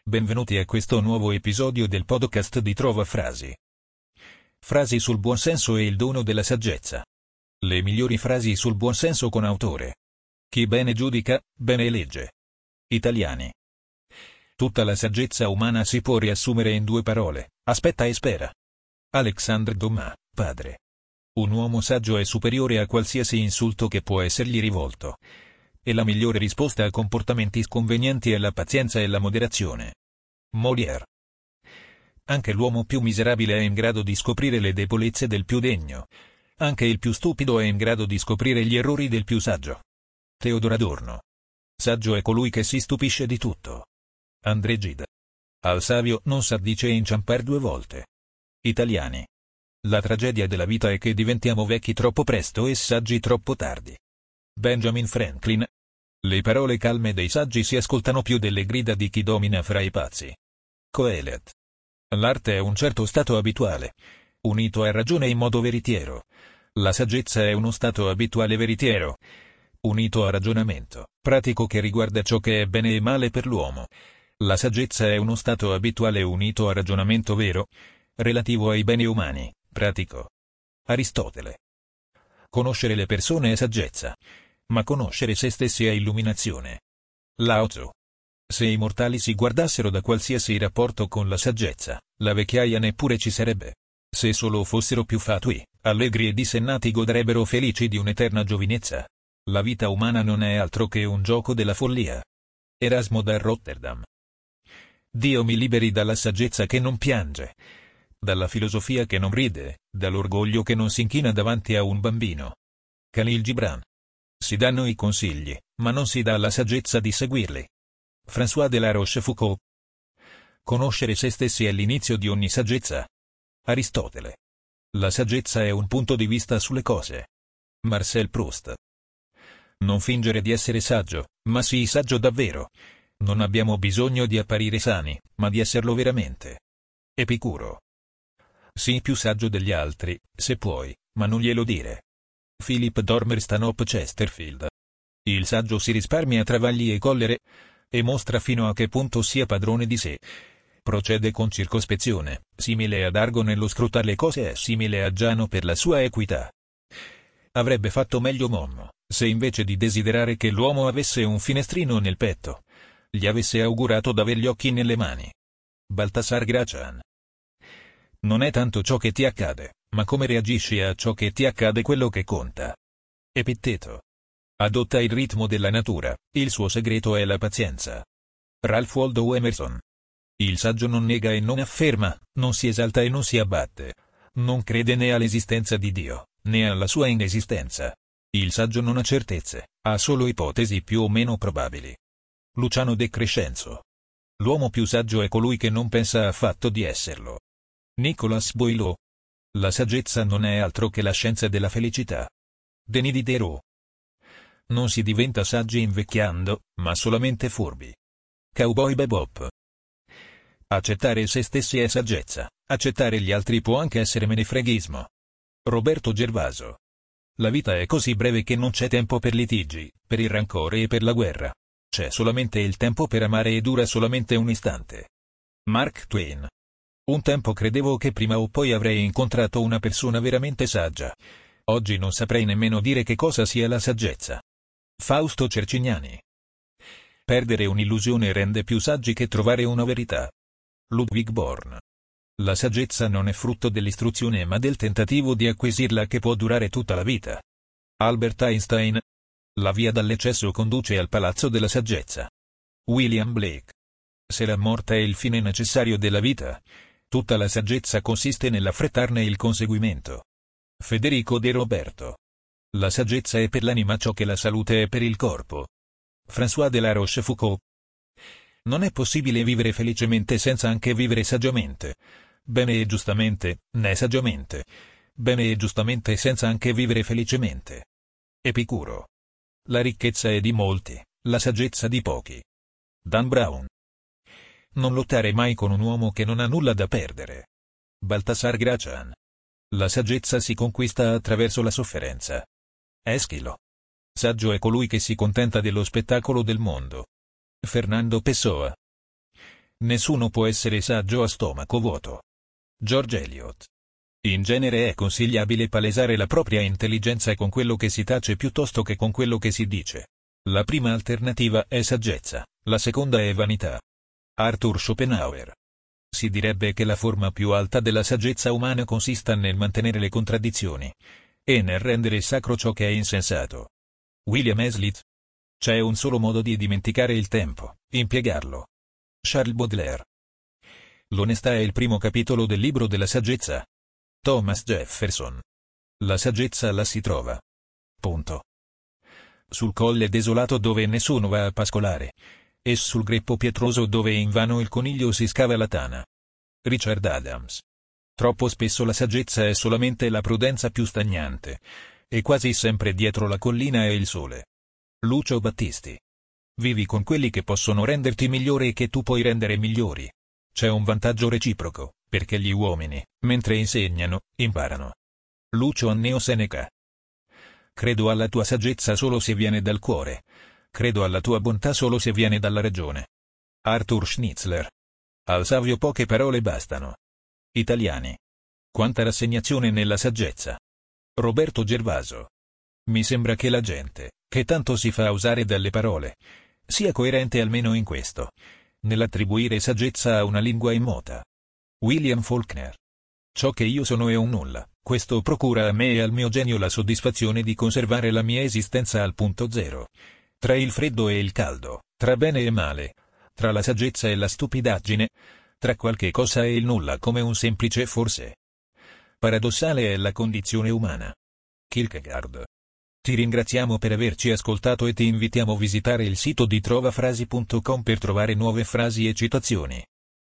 Benvenuti a questo nuovo episodio del podcast di Trova Frasi. Frasi sul buonsenso e il dono della saggezza. Le migliori frasi sul buonsenso con autore. Chi bene giudica, bene elegge. Italiani. Tutta la saggezza umana si può riassumere in due parole: aspetta e spera. Alexandre Dumas, padre. Un uomo saggio è superiore a qualsiasi insulto che può essergli rivolto. E la migliore risposta a comportamenti sconvenienti è la pazienza e la moderazione. Molière. Anche l'uomo più miserabile è in grado di scoprire le debolezze del più degno. Anche il più stupido è in grado di scoprire gli errori del più saggio. Teodoro Adorno. Saggio è colui che si stupisce di tutto. André Gide. Al savio non s'addice inciampar due volte. Italiani. La tragedia della vita è che diventiamo vecchi troppo presto e saggi troppo tardi. Benjamin Franklin. Le parole calme dei saggi si ascoltano più delle grida di chi domina fra i pazzi. Coelet. L'arte è un certo stato abituale, unito a ragione in modo veritiero. La saggezza è uno stato abituale veritiero, unito a ragionamento pratico che riguarda ciò che è bene e male per l'uomo. La saggezza è uno stato abituale unito a ragionamento vero, relativo ai beni umani, pratico. Aristotele. Conoscere le persone è saggezza, ma conoscere se stessi è illuminazione. Lao Tzu. Se i mortali si guardassero da qualsiasi rapporto con la saggezza, la vecchiaia neppure ci sarebbe. Se solo fossero più fatui, allegri e dissennati godrebbero felici di un'eterna giovinezza. La vita umana non è altro che un gioco della follia. Erasmo da Rotterdam. Dio mi liberi dalla saggezza che non piange, dalla filosofia che non ride, dall'orgoglio che non si inchina davanti a un bambino. Khalil Gibran. Si danno i consigli, ma non si dà la saggezza di seguirli. François de la Rochefoucauld. Conoscere se stessi è l'inizio di ogni saggezza. Aristotele. La saggezza è un punto di vista sulle cose. Marcel Proust. Non fingere di essere saggio, ma sii saggio davvero. Non abbiamo bisogno di apparire sani, ma di esserlo veramente. Epicuro. Sii più saggio degli altri, se puoi, ma non glielo dire. Philip Dormer Stanhope Chesterfield. Il saggio si risparmia travagli e collere, e mostra fino a che punto sia padrone di sé. Procede con circospezione, simile ad Argo nello scrutare le cose è simile a Giano per la sua equità. Avrebbe fatto meglio Momo, se invece di desiderare che l'uomo avesse un finestrino nel petto, gli avesse augurato d'aver gli occhi nelle mani. Baltasar Gracian. Non è tanto ciò che ti accade, ma come reagisci a ciò che ti accade quello che conta. Epitteto. Adotta il ritmo della natura, il suo segreto è la pazienza. Ralph Waldo Emerson. Il saggio non nega e non afferma, non si esalta e non si abbatte. Non crede né all'esistenza di Dio, né alla sua inesistenza. Il saggio non ha certezze, ha solo ipotesi più o meno probabili. Luciano De Crescenzo. L'uomo più saggio è colui che non pensa affatto di esserlo. Nicolas Boileau. La saggezza non è altro che la scienza della felicità. Denis Diderot. Non si diventa saggi invecchiando, ma solamente furbi. Cowboy Bebop. Accettare se stessi è saggezza, accettare gli altri può anche essere menefreghismo. Roberto Gervaso. La vita è così breve che non c'è tempo per litigi, per il rancore e per la guerra. C'è solamente il tempo per amare e dura solamente un istante. Mark Twain. Un tempo credevo che prima o poi avrei incontrato una persona veramente saggia. Oggi non saprei nemmeno dire che cosa sia la saggezza. Fausto Cercignani. Perdere un'illusione rende più saggi che trovare una verità. Ludwig Born. La saggezza non è frutto dell'istruzione ma del tentativo di acquisirla che può durare tutta la vita. Albert Einstein. La via dall'eccesso conduce al palazzo della saggezza. William Blake. Se la morte è il fine necessario della vita, tutta la saggezza consiste nell'affrettarne il conseguimento. Federico De Roberto. La saggezza è per l'anima ciò che la salute è per il corpo. François de la Rochefoucauld. Non è possibile vivere felicemente senza anche vivere saggiamente. Bene e giustamente, né saggiamente. Bene e giustamente senza anche vivere felicemente. Epicuro. La ricchezza è di molti, la saggezza di pochi. Dan Brown. Non lottare mai con un uomo che non ha nulla da perdere. Baltasar Gracian. La saggezza si conquista attraverso la sofferenza. Eschilo. Saggio è colui che si contenta dello spettacolo del mondo. Fernando Pessoa. Nessuno può essere saggio a stomaco vuoto. George Eliot. In genere è consigliabile palesare la propria intelligenza con quello che si tace piuttosto che con quello che si dice. La prima alternativa è saggezza, la seconda è vanità. Arthur Schopenhauer. Si direbbe che la forma più alta della saggezza umana consista nel mantenere le contraddizioni e nel rendere sacro ciò che è insensato. William Hazlitt. C'è un solo modo di dimenticare il tempo, impiegarlo. Charles Baudelaire. L'onestà è il primo capitolo del libro della saggezza. Thomas Jefferson. La saggezza la si trova. Punto. Sul colle desolato dove nessuno va a pascolare, e sul greppo pietroso dove invano il coniglio si scava la tana. Richard Adams. Troppo spesso la saggezza è solamente la prudenza più stagnante, e quasi sempre dietro la collina è il sole. Lucio Battisti. Vivi con quelli che possono renderti migliore e che tu puoi rendere migliori. C'è un vantaggio reciproco, perché gli uomini, mentre insegnano, imparano. Lucio Anneo Seneca. Credo alla tua saggezza solo se viene dal cuore. Credo alla tua bontà solo se viene dalla ragione. Arthur Schnitzler. Al savio poche parole bastano. Italiani. Quanta rassegnazione nella saggezza. Roberto Gervaso. Mi sembra che la gente, che tanto si fa usare dalle parole, sia coerente almeno in questo, nell'attribuire saggezza a una lingua immota. William Faulkner. Ciò che io sono è un nulla, questo procura a me e al mio genio la soddisfazione di conservare la mia esistenza al punto zero. Tra il freddo e il caldo, tra bene e male, tra la saggezza e la stupidaggine, tra qualche cosa e il nulla come un semplice forse. Paradossale è la condizione umana. Kierkegaard. Ti ringraziamo per averci ascoltato e ti invitiamo a visitare il sito di trovafrasi.com per trovare nuove frasi e citazioni.